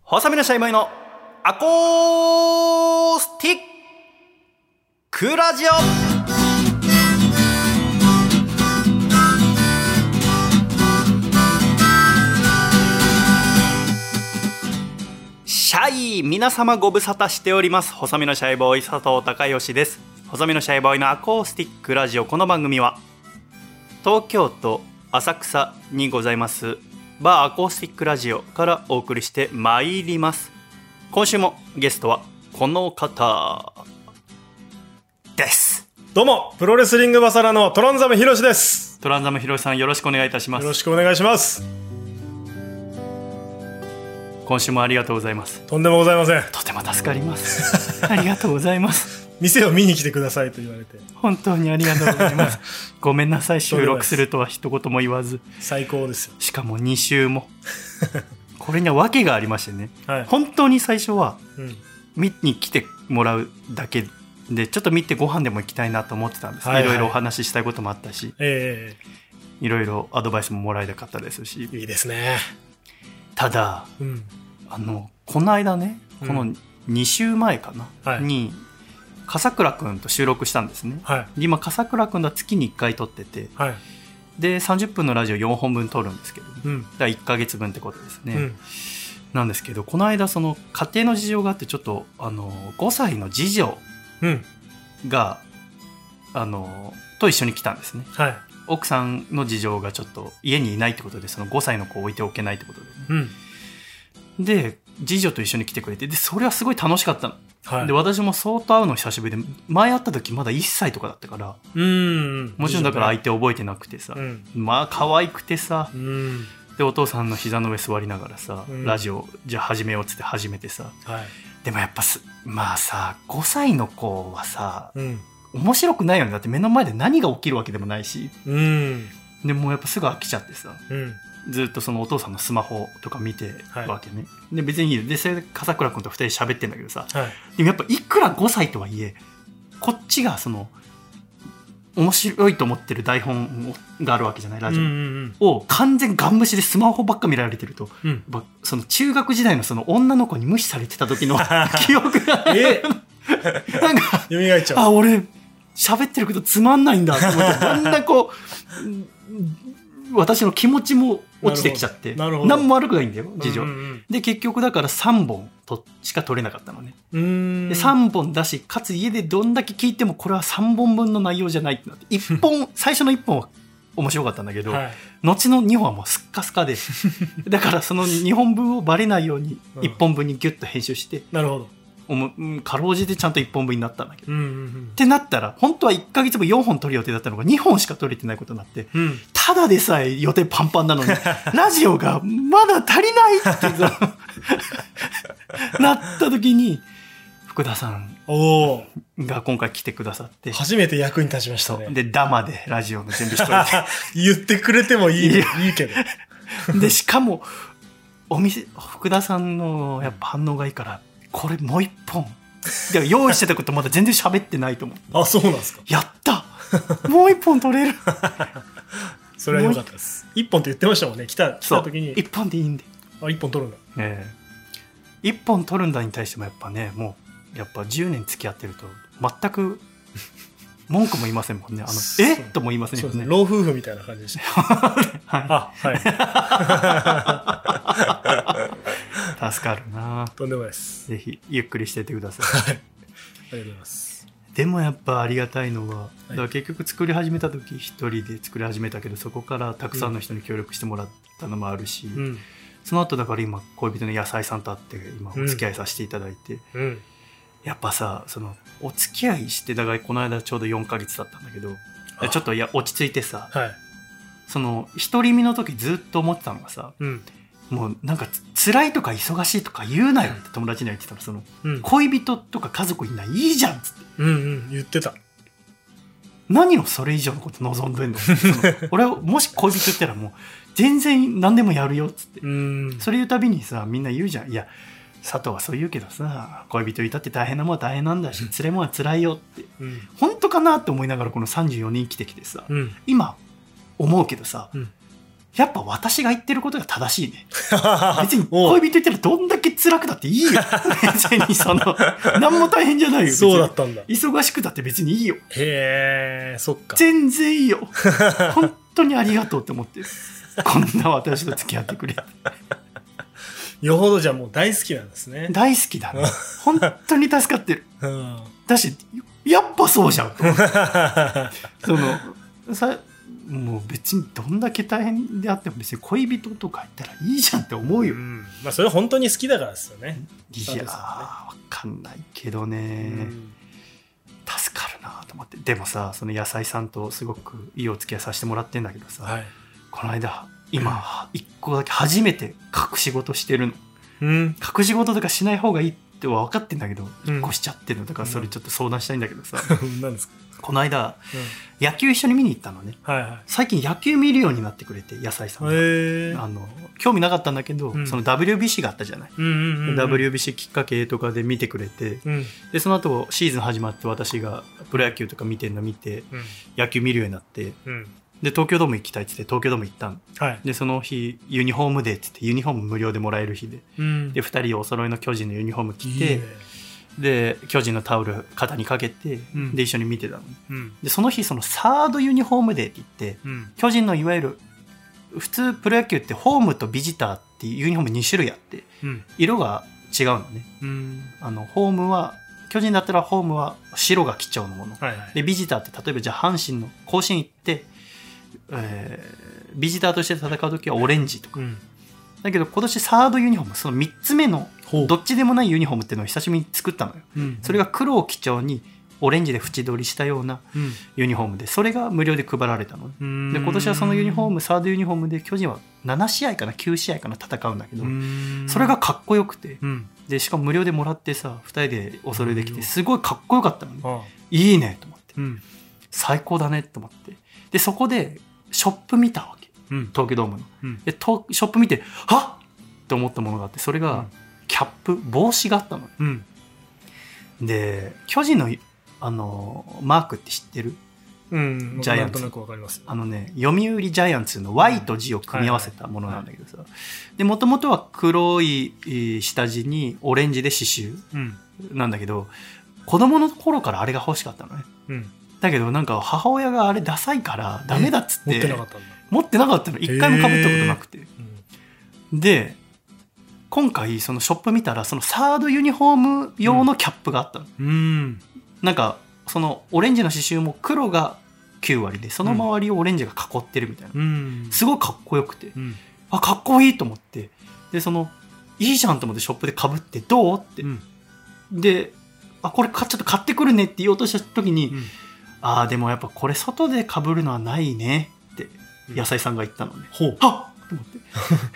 細身のシャイボーイのアコースティックラジオ。シャイ皆様ご無沙汰しております。細身のシャイボーイ佐藤孝義です。細身のシャイボーイのアコースティックラジオ。この番組は東京都浅草にございますバーアコースティックラジオからお送りしてまいります。今週もゲストはこの方です。 どうもプロレスリングバサラのトランザムヒロシです。 トランザムヒロシさん、よろしくお願いいたします。 よろしくお願いします。 今週もありがとうございます。 とんでもございません。 とても助かりますありがとうございます。 店を見に来てくださいと言われて本当にありがとうございますごめんなさい、収録するとは一言も言わず。 最高ですよ。 しかも2週もこれには訳がありましてね、はい、本当に最初は、見に来てもらうだけでちょっと見てご飯でも行きたいなと思ってたんです、はいろいろお話ししたいこともあったし、いろいろアドバイスももらいたかったですし。 いいですね。 ただ、この間ね、この2週前かな、に笠倉くんと収録したんですね、今笠倉くんとは月に1回撮ってて、で30分のラジオ4本分撮るんですけど、だから1ヶ月分ってことですね、なんですけど、この間その家庭の事情があってちょっと5歳の次女が、と一緒に来たんですね、奥さんの事情がちょっと家にいないってことで、その5歳の子を置いておけないってことでね、で次女と一緒に来てくれて、でそれはすごい楽しかったの、で私も相当会うの久しぶりで、前会った時まだ1歳とかだったから、もちろんだから相手覚えてなくてさ、まあ可愛くてさ、でお父さんの膝の上座りながらさ、ラジオじゃあ始めようっつって始めてさ、でもやっぱまあさ5歳の子はさ、面白くないよね。だって目の前で何が起きるわけでもないし、でもうやっぱすぐ飽きちゃってさ、ずっとそのお父さんのスマホとか見てるわけね、で別にいいで、それで笠倉君と2人喋ってんだけどさ、でもやっぱいくら5歳とはいえ、こっちがその面白いと思ってる台本があるわけじゃない、ラジオ、を完全ガン無視でスマホばっか見られてると、その中学時代のその女の子に無視されてた時の記憶がなんか蘇っちゃう。 あ、俺喋ってるけどつまんないんだと思って、だんだんこう私の気持ちも落ちてきちゃって、何も悪くないんだよ次女、で結局だから3本しか取れなかったのね。で3本だし、かつ家でどんだけ聞いてもこれは3本分の内容じゃないってなって、1本最初の1本は面白かったんだけど、後の2本はもうスッカスカでだからその2本分をバレないように1本分にギュッと編集して、 なるほど、 かろうじてちゃんと1本分になったんだけど、ってなったら本当は1ヶ月分4本撮る予定だったのが2本しか撮れてないことになって、ただでさえ予定パンパンなのにラジオがまだ足りないってなった時に、福田さんが今回来てくださって、 初めて役に立ちましたね。 でダマでラジオの準備しといて言ってくれてもいいけどでしかも福田さんのやっぱ反応がいいから、これもう一本で用意してたことまだ全然喋ってないと思うあ、そうなんですか。 やったもう一本取れるそれは良かったです。一本って言ってましたもんね。来た時に一本でいいんで、 一本取るんだ、 一本取るんだに対してもやっぱね、もうやっぱ10年付き合ってると全く文句も言いませんもんね。えっとも言いませんよね。 老夫婦みたいな感じでした助かるな。 とんでもないです。 ぜひゆっくりしててくださいありがとうございます。 でもやっぱありがたいのは、だから結局作り始めた時一人で作り始めたけど、そこからたくさんの人に協力してもらったのもあるし、その後だから今恋人の野菜さんと会って今お付き合いさせていただいて、やっぱさ、そのお付き合いして、だからこの間ちょうど4ヶ月だったんだけど、ちょっと落ち着いてさ、その独り身の時ずっと思ってたのがさ、もうなんか辛いとか忙しいとか言うなよって友達には言ってたの。その、恋人とか家族いない、いいじゃんっつって、 言ってた。 何をそれ以上のこと望んでんの俺もし恋人ってらもう全然何でもやるよっつって、それ言うたびにさ、みんな言うじゃん。いや佐藤はそう言うけどさ、恋人いたって大変なもんは大変なんだし、辛いもんは辛いよって、本当かなって思いながらこの34人生きてきてさ、今思うけどさ、やっぱ私が言ってることが正しいね別に恋人言ってるどんだけ辛くだっていいよ別に何も大変じゃないよ。 そうだったんだ。 忙しくだって別にいいよ。 へえ、そっか。 全然いいよ本当にありがとうって思ってるこんな私と付き合ってくれよほどじゃあもう大好きなんですね。 大好きだね本当に助かってる、うん、だしやっぱそうじゃんもう別にどんだけ大変であっても別に恋人とか言ったらいいじゃんって思うよ、うん、 まあそれは本当に好きだからですよね。 いやー、わかんないけどね、うん、助かるなと思って。でもさ、その野菜さんとすごくいいお付き合いさせてもらってんだけどさ、はい、この間今一個だけ初めて隠し事してるの、うん、隠し事とかしない方がいいっては分かってんだけど一個しちゃってるの。だからそれちょっと相談したいんだけどさ、 何ですか。 この間、うん、野球一緒に見に行ったのね、はいはい、最近野球見るようになってくれて、野菜さんが興味なかったんだけど、うん、その WBC があったじゃない、うんうんうんうん、WBC きっかけとかで見てくれて、うん、でその後シーズン始まって私がプロ野球とか見てるの見て、うん、野球見るようになって、うん、で東京ドーム行きたいって言って東京ドーム行ったの、はい、でその日ユニフォームデーって言ってユニフォーム無料でもらえる日で、うん、で2人お揃いの巨人のユニフォーム着て、で巨人のタオル肩にかけて、うん、で一緒に見てたの、うん、でその日そのサードユニフォームデーって言って、うん、巨人のいわゆる普通プロ野球ってホームとビジターっていうユニフォーム2種類あって、うん、色が違うのね、うん、ホームは巨人だったらホームは白が基調のもの、はいはい、でビジターって例えばじゃあ阪神の甲子園行って、ビジターとして戦う時はオレンジとか、うん、だけど今年サードユニフォームその3つ目のどっちでもないユニフォームっていうのを久しぶりに作ったのよ、うん、それが黒を基調にオレンジで縁取りしたようなユニフォームで、それが無料で配られたの、で今年はそのユニフォームサードユニフォームで巨人は7試合かな9試合かな戦うんだけど、それがかっこよくて、でしかも無料でもらってさ2人でお揃いできてすごいかっこよかったのね、いいねと思って、最高だねと思って、でそこでショップ見たわけ、東京ドームの、でショップ見てはっって思ったものがあって、それがキャップ帽子があったの、で巨人のマークって知ってる？ジャイアンツ。なんとなくわかります。読売ジャイアンツの Y と G を組み合わせたものなんだけどさ、で元々は黒い下地にオレンジで刺繍なんだけど、子供の頃からあれが欲しかったのね、だけどなんか母親があれダサいからダメだっつって持ってなかったの。一回も被ったことなくて、で今回そのショップ見たらそのサードユニフォーム用のキャップがあったの、なんかそのオレンジの刺繍も黒が9割でその周りをオレンジが囲ってるみたいな、すごいかっこよくて、あかっこいいと思って、でいいじゃんと思ってショップで被ってどうって、でこれちょっと買ってくるねって言おうとした時に、でもやっぱこれ外で被るのはないねって野菜さんが言ったのね、はっと思って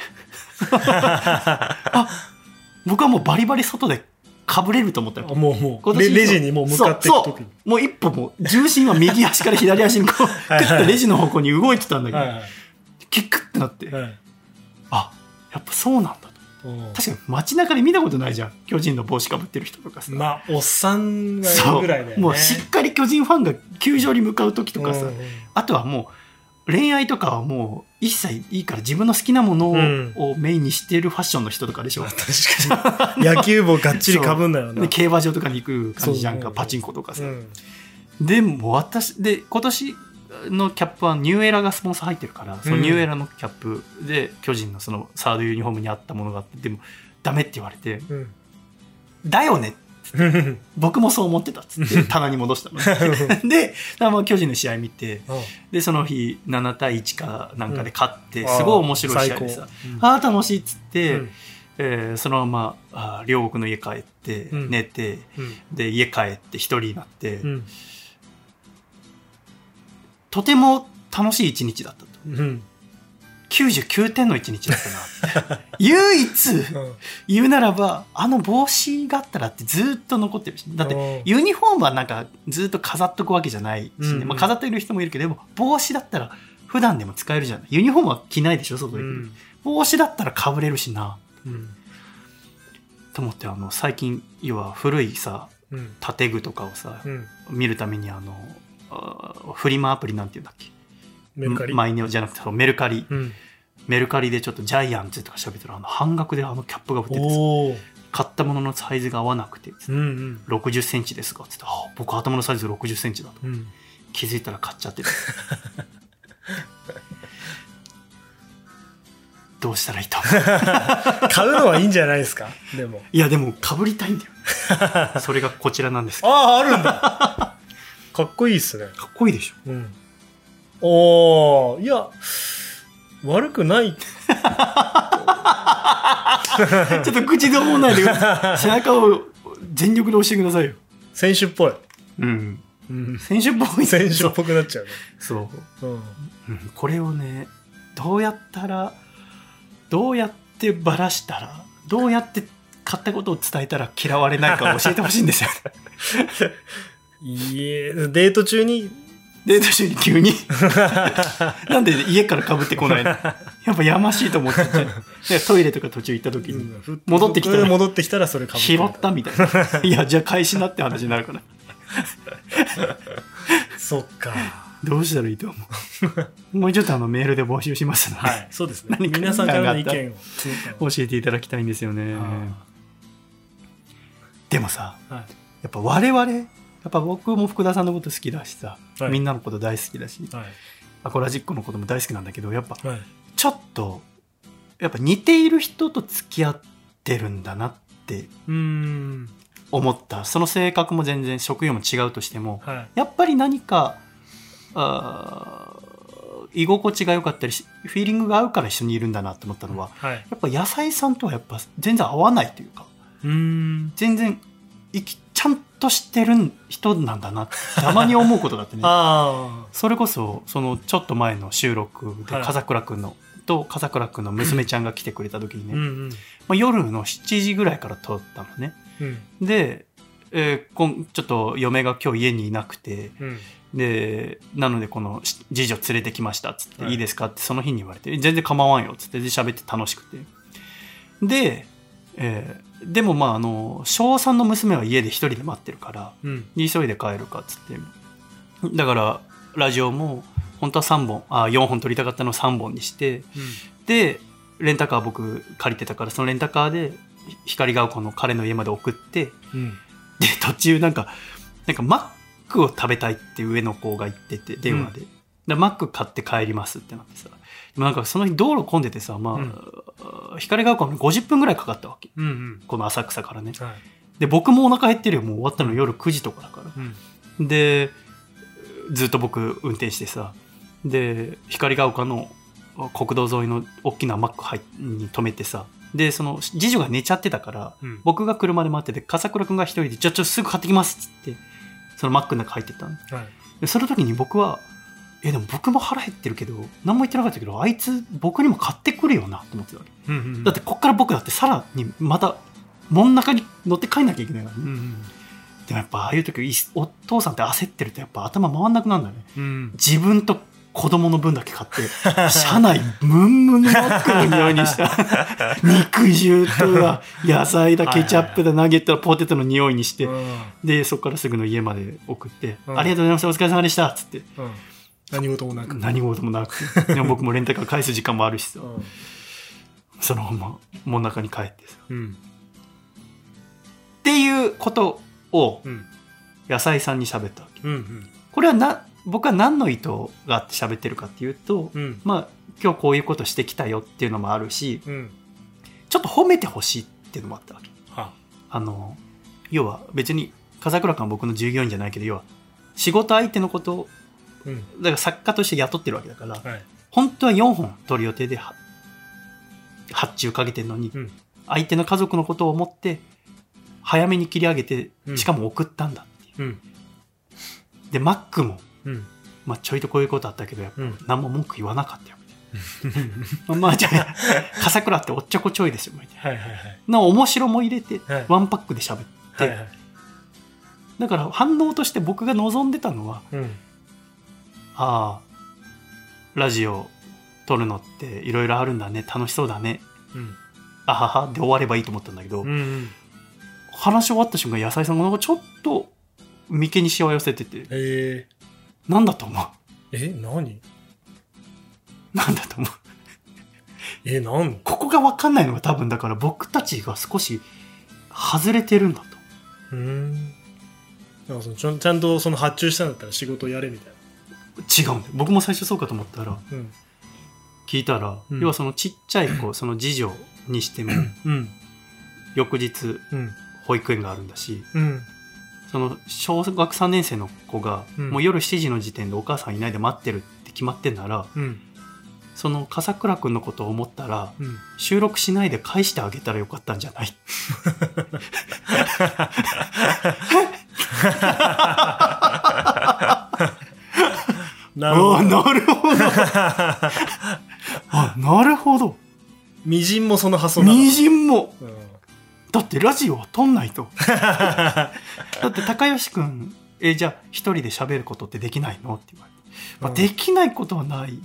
僕はもうバリバリ外でかぶれると思ったら、 もうレジにもう向かっていく時にもう一歩も重心は右足から左足にこうクッとレジの方向に動いてたんだけど、キックってなって、やっぱそうなんだと。確かに街中で見たことないじゃん、巨人の帽子かぶってる人とかさ。 おっさんがいるぐらいだよね。 もうしっかり巨人ファンが球場に向かう時とかさ、あとはもう恋愛とかはもう一切いいから自分の好きなものをメインにしているファッションの人とかでしょ、 確かに野球帽がっちりかぶんだよな。 で競馬場とかに行く感じじゃんか、パチンコとかさ、でも今年のキャップはニューエラがスポンサー入ってるから、そのニューエラのキャップで巨人のそのサードユニフォームにあったものがあって、でもダメって言われて、だよねって僕もそう思ってたっつって棚に戻したので巨人の試合見て、でその日7対1かなんかで勝って、すごい面白い試合でさ、楽しいっつって、そのまま両国の家帰って寝て、で家帰って一人になって、とても楽しい一日だったと、99点の一日だったなって唯一言うならば帽子があったらってずっと残ってるし、だってユニフォームはなんかずっと飾っとくわけじゃないしね、飾っている人もいるけど、でも帽子だったら普段でも使えるじゃない。ユニフォームは着ないでしょ外で、帽子だったらかぶれるしな、と思って、最近要は古いさ建具とかをさ、見るためにフリマアプリなんていうんだっけ、 メルカリマイネオじゃなくてメルカリ、メルカリでちょっとジャイアンツとか調べたら半額でキャップが売っててさ、 買ったもののサイズが合わなくて、60センチですかって言って、僕頭のサイズ60センチだと、気づいたら買っちゃってたどうしたらいいと思う買うのはいいんじゃないですか。でもいやでも被りたいんだよそれがこちらなんですけど。 あるんだかっこいいっすね。 かっこいいでしょ。いや悪くないちょっと口で思わないで背中を全力で押してくださいよ。 選手っぽい。 選手っぽい。 選手っぽくなっちゃうね。 そう、これをねどうやってバラしたら、どうやって買ったことを伝えたら嫌われないか教えてほしいんですよいえ、デート中に急になんで家からかぶってこないのやっぱやましいと思っててトイレとか途中行った時に戻ってきたらそれかぶって拾ったみたいないやじゃあ返しなって話になるからそっか、 どうしたらいいと思うもうちょっとメールで募集しますので、 そうですね、皆さんからの意見を教えていただきたいんですよね。でもさ、やっぱ我々やっぱ僕も福田さんのこと好きだしさ、みんなのこと大好きだし、アコラジックのことも大好きなんだけど、やっぱ、ちょっとやっぱ似ている人と付き合ってるんだなって思った。その性格も全然職業も違うとしても、やっぱり何か居心地が良かったりフィーリングが合うから一緒にいるんだなと思ったのは、やっぱ野菜さんとはやっぱ全然合わないというか、全然ちゃんとしてる人なんだなってたまに思うことがあってねそれこそそのちょっと前の収録で笠倉くんの娘ちゃんが来てくれた時にね、夜の7時ぐらいから撮ったのね、で、ちょっと嫁が今日家にいなくて、でなのでこの次女連れてきましたっつって、いいですかってその日に言われて、全然構わんよっつって喋って楽しくて、ででも小3の娘は家で一人で待ってるから、急いで帰るかっつって、だからラジオも本当は4本撮りたかったのを3本にして、でレンタカー僕借りてたから、そのレンタカーで光が丘の彼の家まで送って、で途中なんかマックを食べたいって上の子が言ってて電話で、マック買って帰りますってなってさ、なんかその日道路混んでてさ、光が丘の50分ぐらいかかったわけ、この浅草からね、で僕もお腹減ってるよ、もう終わったの夜9時とかだから、でずっと僕運転してさ、で光が丘の国道沿いの大きなマックに止めてさ、でその次女が寝ちゃってたから、僕が車で待ってて、笠倉くんが一人でじゃあちょっとすぐ買ってきますっつってそのマックの中入ってったの、でその時に僕はでも僕も腹減ってるけど何も言ってなかったけど、あいつ僕にも買ってくるよなと思ってたわけ、だってこっから僕だってさらにまた門の中に乗って帰んなきゃいけないからね、でもやっぱああいう時お父さんって焦ってるとやっぱ頭回んなくなるんだね、自分と子供の分だけ買って車内ムンムンのマックの匂いにした肉汁と野菜だケチャップだナゲットだポテトの匂いにして、でそこからすぐの家まで送って、ありがとうございましたお疲れ様でしたっつって、 何事もなくでも僕もレンタカー返す時間もあるしさ、そのまま門の中に帰ってさ、っていうことを野菜さんに喋ったわけ、これは僕は何の意図があって喋ってるかっていうと、今日こういうことしてきたよっていうのもあるし、ちょっと褒めてほしいっていうのもあったわけ、要は別に笠倉君は僕の従業員じゃないけど、要は仕事相手のことをだから作家として雇ってるわけだから、本当は4本撮る予定で発注かけてるのに、相手の家族のことを思って早めに切り上げて、しかも送ったんだっていう、でマックも、ちょいとこういうことあったけどやっぱ何も文句言わなかったよみたいなじゃあ笠倉っておっちょこちょいですよみたいな、面白も入れて、ワンパックで喋って、だから反応として僕が望んでたのは、ラジオ撮るのっていろいろあるんだね、楽しそうだね、あははで終わればいいと思ったんだけど、話し終わった瞬間野菜さんがなんかちょっと眉間にしわ寄せてて、なんだと思う？ 何？ なんだと思う？ なん？ ここが分かんないのが多分だから僕たちが少し外れてるんだと。 なんかちゃんとその発注したんだったら仕事をやれみたいな。違うんだよ。僕も最初そうかと思ったら、聞いたら、要はそのちっちゃい子、その次女にしても、翌日、保育園があるんだし、その小学3年生の子が、もう夜7時の時点でお母さんいないで待ってるって決まってんなら、その笠倉くんのことを思ったら、収録しないで返してあげたらよかったんじゃないなるほど。なるほど。 みじんもその発想なの。 みじんも。だってラジオは撮んないと。だって高吉くん、じゃあ一人で喋ることってできないのって言われて、できないことはない、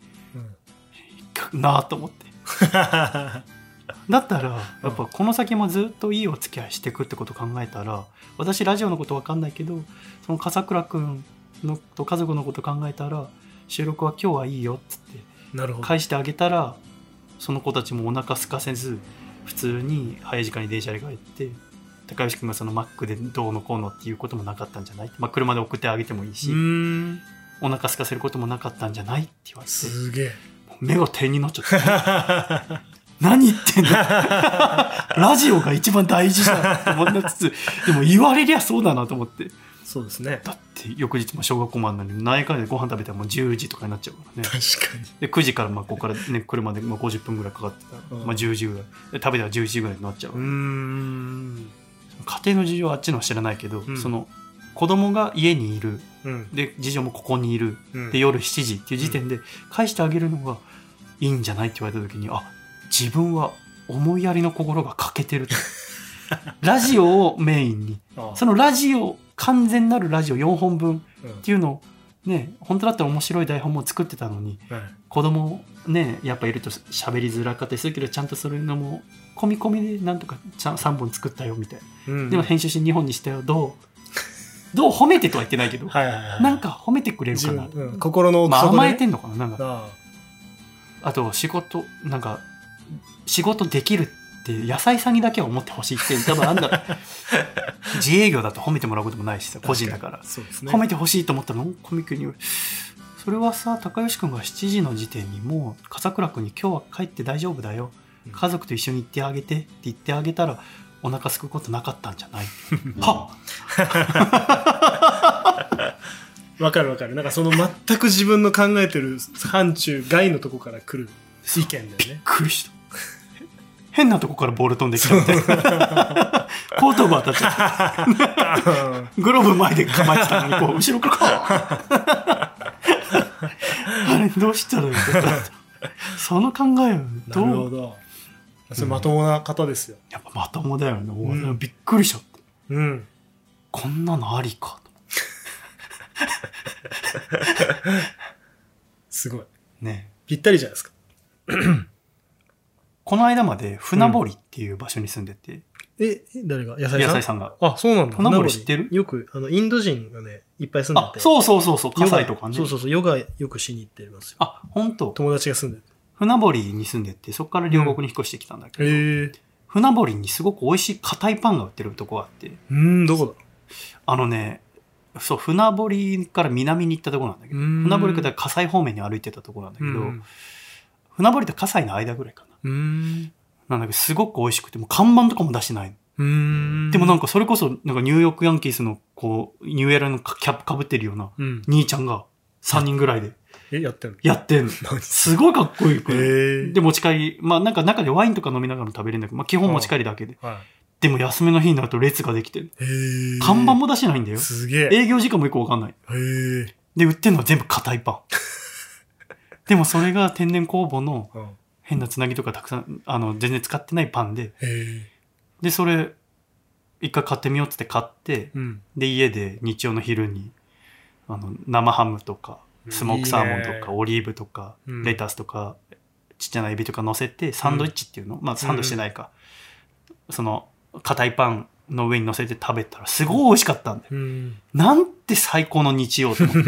なと思って。だったらやっぱこの先もずっといいお付き合いしていくってことを考えたら、私ラジオのこと分かんないけど、その笠倉くんのと家族のこと考えたら、収録は今日はいいよっつって返してあげたら、その子たちもお腹空かせず普通に早い時間に電車で帰って、高吉くんがそのマックでどうのこうのっていうこともなかったんじゃない、車で送ってあげてもいいし、お腹空かせることもなかったんじゃないって言われて、 すげえ目が点になっちゃった何言ってんのラジオが一番大事だと思いつつ、でも言われりゃそうだなと思って。 そうですね。 だって翌日も小学校もあんなに何回でご飯食べたらもう10時とかになっちゃうからね。 確かに。 で9時からここからね車で50分ぐらいかかってたら、10時ぐらいで食べたら11時ぐらいになっちゃう。家庭の事情はあっちのは知らないけど、その子供が家にいる、で次女もここにいる、で夜7時っていう時点で返してあげるのがいいんじゃないって言われた時に、自分は思いやりの心が欠けてるとラジオをメインに、そのラジオ、完全なるラジオ4本分っていうのをね、本当だったら面白い台本も作ってたのに、子供ねやっぱいると喋りづらかったりするけど、ちゃんとそれのも込み込みでなんとか3本作ったよみたいな、でも編集して2本にしたよ、どう褒めてとは言ってないけど、なんか褒めてくれるかな、 心の奥底で、 甘えてんのかな、なんかあと仕事できるって野菜さんにだけは思ってほしいって多分あんだ自営業だと褒めてもらうこともないしさ、個人だから、そうですね、褒めてほしいと思ったらコミックにそれはさ、高吉くんが7時の時点にもう笠倉くんに今日は帰って大丈夫だよ、家族と一緒に行ってあげてって言ってあげたらお腹すくことなかったんじゃないはわかるわかる。なんかその全く自分の考えてる範疇外のとこから来る意見だよね。 びっくりした。変なとこからボール飛んできたみたいな。後頭部当たっちゃった。グローブ前で構えてたのにこう後ろからあれどうしたらいいかその考えはどう。 なるほど。それまともな方ですよ。 やっぱまともだよね。びっくりしちゃって。こんなのありかと。 すごいね、 ぴったりじゃないですかこの間まで船堀っていう場所に住んでて、 誰が？野菜さんが。 あ、そうなんだ。 船堀知ってる？ よくインド人がねいっぱい住んでて。 そう葛西とかね。 そうヨガよくしに行ってますよ。 本当。 友達が住んでて、 船堀に住んでて、そこから両国に引っ越してきたんだけど、船堀にすごく美味しい硬いパンが売ってるとこがあって。 どこだ？ そう、船堀から南に行ったところなんだけど、船堀から葛西方面に歩いてたところなんだけど、船堀と葛西の間ぐらいかな。なんだけど、すごく美味しくて、もう看板とかも出してないの。でもなんかそれこそ、なんかニューヨークヤンキースのこう、ニューエラのキャップかぶってるような、兄ちゃんが3人ぐらいで。 やってんの？ やってんの。すごいかっこいい。で、持ち帰り、なんか中でワインとか飲みながら食べれるんだけど、基本持ち帰りだけで。でも休みの日になると列ができてる。看板も出してないんだよ。 すげえ。 営業時間もよくわかんない。で、売ってんのは全部硬いパン。でもそれが天然酵母の変なつなぎとかたくさん、全然使ってないパンで。で、それ、一回買ってみようって買って、で、家で日曜の昼に、生ハムとか、スモークサーモンとか、オリーブとか、レタスとか、ちっちゃなエビとか乗せて、サンドイッチっていうの、サンドしてないか。その、硬いパンの上に乗せて食べたらすごい美味しかったんだよ。なんて最高の日曜と思って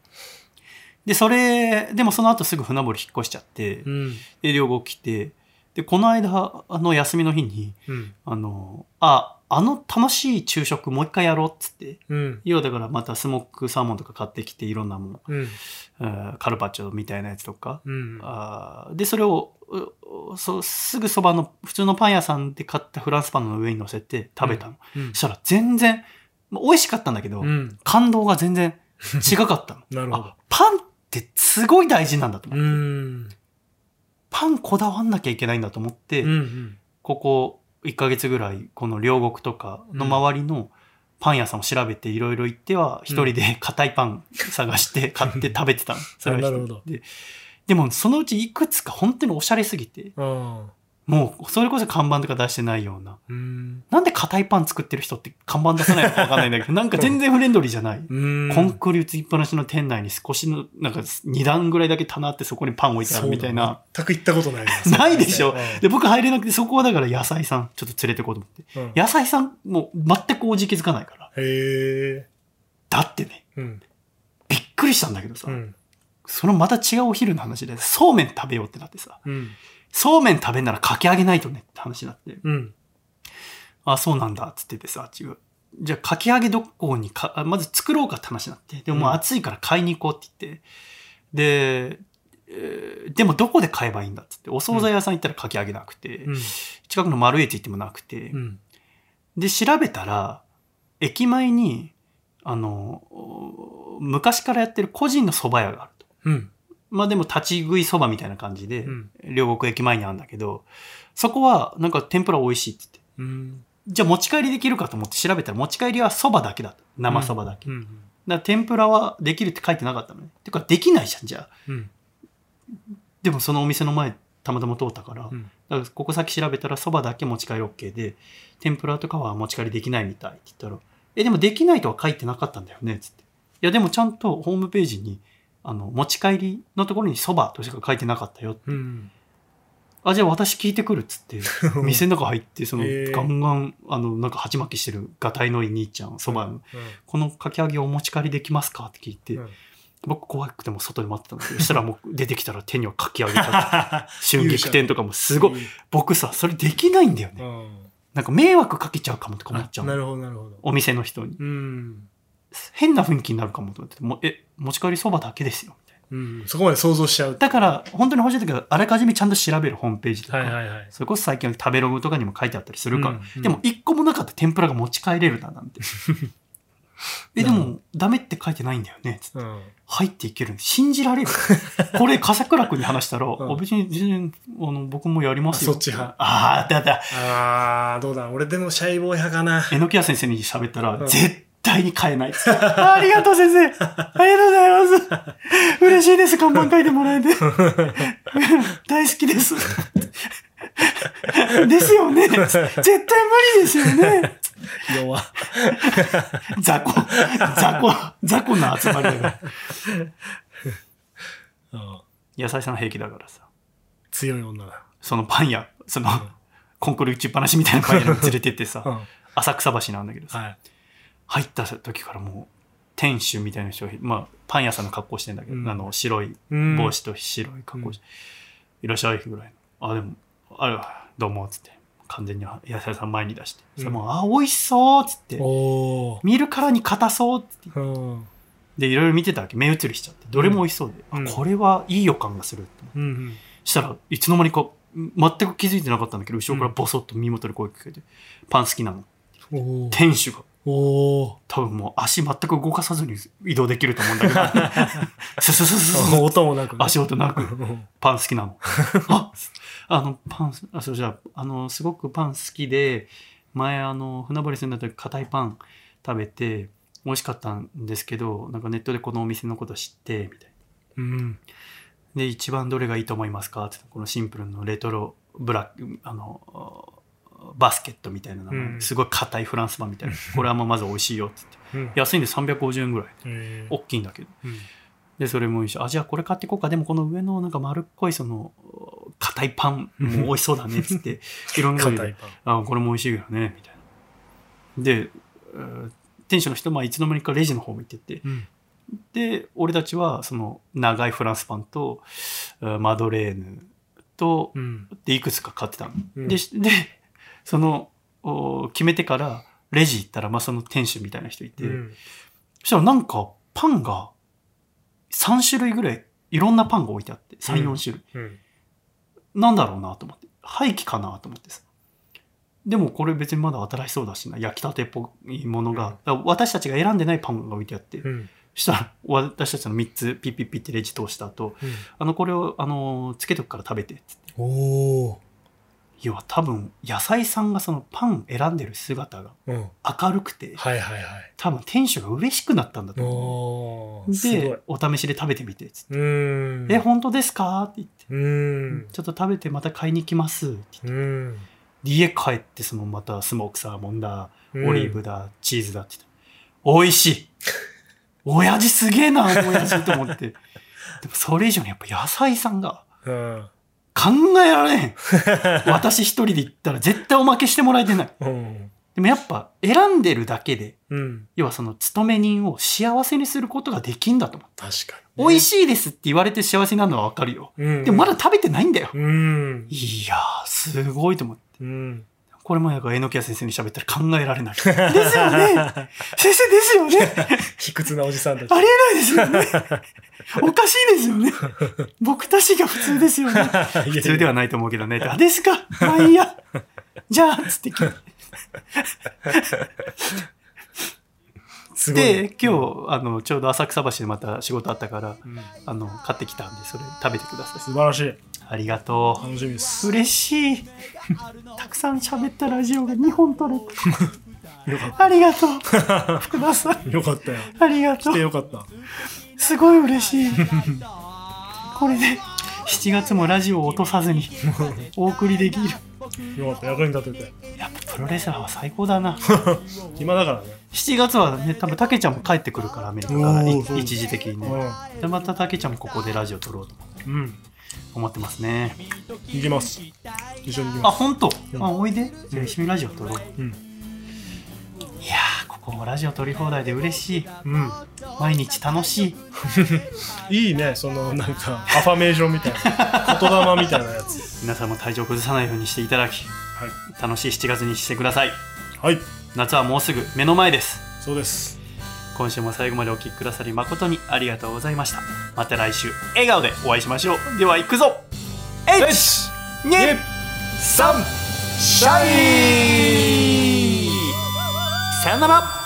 。で、でもその後すぐ船堀引っ越しちゃって、で、両国来て、で、 でこの間休みの日に、楽しい昼食もう一回やろうっつって、要はだからまたスモークサーモンとか買ってきていろんなもの、カルパッチョみたいなやつとか、でそれをすぐそばの普通のパン屋さんで買ったフランスパンの上に乗せて食べたの、そしたら全然美味しかったんだけど、感動が全然違かったのなるほど。 パンってすごい大事なんだと思って、パンこだわんなきゃいけないんだと思って、ここ1ヶ月ぐらいこの両国とかの周りのパン屋さんを調べていろいろ行っては一人で硬いパン探して買って食べてたの。それはなるほど。 でもそのうちいくつか本当におしゃれすぎて、もうそれこそ看板とか出してないような、なんで硬いパン作ってる人って看板出さないのか分かんないんだけど、なんか全然フレンドリーじゃない。コンクリ打ちっぱなしの店内に少しのなんか2段ぐらいだけ棚あってそこにパン置いてあるみたいな。 全く行ったことないないでしょ。で僕入れなくて、そこはだから野菜さんちょっと連れてこうと思って、野菜さんもう全くおじ気づかないから。だってね、びっくりしたんだけどさ、そのまた違うお昼の話でそうめん食べようってなってさ、そうめん食べんならかき揚げないとねって話になって、あ、そうなんだっつっててさ、じゃあかき揚げどこにまず作ろうかって話になって、でももう暑いから買いに行こうって言って、でもどこで買えばいいんだっつって、お惣菜屋さん行ったらかき揚げなくて、近くのマルエツ行ってもなくて、で調べたら駅前に昔からやってる個人の蕎麦屋があると。まあでも立ち食いそばみたいな感じで、両国駅前にあるんだけど、そこはなんか天ぷら美味しいって言って、じゃあ持ち帰りできるかと思って調べたら持ち帰りはそばだけだった。生そばだけ。だから天ぷらはできるって書いてなかったのね。てかできないじゃん、じゃあ。でもそのお店の前たまたま通ったから、だからここ先調べたらそばだけ持ち帰り OK で、天ぷらとかは持ち帰りできないみたいって言ったら、でもできないとは書いてなかったんだよねつって。いやでもちゃんとホームページに持ち帰りのところにそばとしか書いてなかったよって、じゃあ私聞いてくるっつって店の中入ってガンガンなんか鉢巻きしてるがたいのいい兄ちゃんそばの、このかき揚げお持ち帰りできますかって聞いて、僕怖くても外で待ってたんだけど、そしたらもう出てきたら手にはかき揚げた春菊天とかもすごい僕さそれできないんだよね、なんか迷惑かけちゃうかもとか思っちゃう。 なるほどなるほど。 お店の人に、変な雰囲気になるかもと思って持ち帰りそばだけですよみたいな、 そこまで想像しちゃう。 だから本当に欲しい時はあらかじめちゃんと調べるホームページとか、それこそ最近の食べログとかにも書いてあったりするから、でも一個もなかった天ぷらが持ち帰れるななんてでもダメって書いてないんだよねつって、入っていける信じられるこれ笠倉君に話したら、別に全然僕もやりますよ。 そっち派。どうだ、俺でもシャイボーイ派かな。 榎谷先生に喋ったら、絶対に買えないありがとう先生、ありがとうございます嬉しいです、看板書いてもらえて大好きですですよね、絶対無理ですよね弱雑魚な集まりだから野菜さん平気だからさ、 強い女だ。 そのパン屋コンクリ打ちっぱなしみたいなパン屋に連れてってさ、浅草橋なんだけどさ、入った時からもう店主みたいな人が、パン屋さんの格好してんだけど、白い帽子と白い格好して、いらっしゃいぐらいの、でもどうもっつって完全に野菜さん前に出して、それも美味しそうっつって、見るからに硬そうっつって、でいろいろ見てたわけ、目移りしちゃって、どれも美味しそうで、これはいい予感がするって、したらいつの間にか全く気づいてなかったんだけど、後ろからボソッと耳元で声かけて、パン好きなの店主が。多分もう足全く動かさずに移動できると思うんだけどススススス音もなく、 足音なくパン好きなのパンそうじゃすごくパン好きで、前船堀住んだ時硬いパン食べて美味しかったんですけど、なんかネットでこのお店のこと知ってみたいな、で一番どれがいいと思いますかって、このシンプルのレトロブラックバスケットみたいな、すごい硬いフランスパンみたいな、これはまず美味しいよって言って、安いんで350円ぐらい、大きいんだけど、でそれもいいし、じゃあこれ買っていこうか、でもこの上のなんか丸っこい硬いパンも美味しそうだねっつっていろんなのでこれも美味しいけどねみたいなで、店主の人いつの間にかレジの方も行ってて、で俺たちはその長いフランスパンとマドレーヌと、でいくつか買ってたの。で、その、決めてからレジ行ったら、まあその店主みたいな人いて、そしたらなんかパンが3種類ぐらいいろんなパンが置いてあって、3、4種類。なんだろうなと思って。廃棄かなと思ってさ。でもこれ別にまだ新しそうだしな、焼きたてっぽいものが、私たちが選んでないパンが置いてあって、そしたら私たちの3つピッピッピッってレジ通した後、これをつけとくから食べてって言って。要は多分野菜さんがそのパン選んでる姿が明るくて、多分店主が嬉しくなったんだと思う。で、お試しで食べてみてっつって。本当ですかって言って。ちょっと食べてまた買いに行きますって言って。家帰ってそのまたスモークサーモンだ、オリーブだ、チーズだって言って。美味しい親父すげえな、親父と思って。でもそれ以上にやっぱ野菜さんが、考えられへん。私一人で行ったら絶対おまけしてもらえてない。でもやっぱ選んでるだけで、要はその勤め人を幸せにすることができんだと思う。 確かに、美味しいですって言われて幸せになるのはわかるよ。でもまだ食べてないんだよ。いやー、すごいと思って。これもなんか榎谷先生に喋ったら考えられない。ですよね先生ですよね卑屈なおじさんたち。 ありえないですよねおかしいですよね僕たちが普通ですよね普通ではないと思うけどね。あ、ですか、まあいいや。じゃあ、つってで、今日、ちょうど浅草橋でまた仕事あったから、買ってきたんで、それ食べてください。 素晴らしい。 ありがとう。 楽しみです。 嬉しい。たくさん喋ったラジオが2本撮れた。ありがとう。福田さん。 よかったよ。 ありがとう。 来てよかった。 すごい嬉しい。これで7月もラジオを落とさずにお送りできる。 よかった、役に立てて。 やっぱプロレスラーは最高だな。 暇だからね。 7月はね、多分たけちゃんも帰ってくるから、アメリカから一時的にね。でまたたけちゃんもここでラジオ撮ろうと思ってますね。 行きます。一緒に行きます。 あ、本当。おいで。じゃあ一緒にラジオ撮ろう。いやー、ここもラジオ撮り放題で嬉しい。毎日楽しい。いいね、そのなんかアファメーションみたいな言霊みたいなやつ。 皆さんも体調崩さないようにしていただき、楽しい7月にしてください。 はい。 夏はもうすぐ目の前です。 そうです。 今週も最後までお聞きくださり誠にありがとうございました。また来週笑顔でお会いしましょう。では行くぞ。1、2、3、シャイ。さよなら。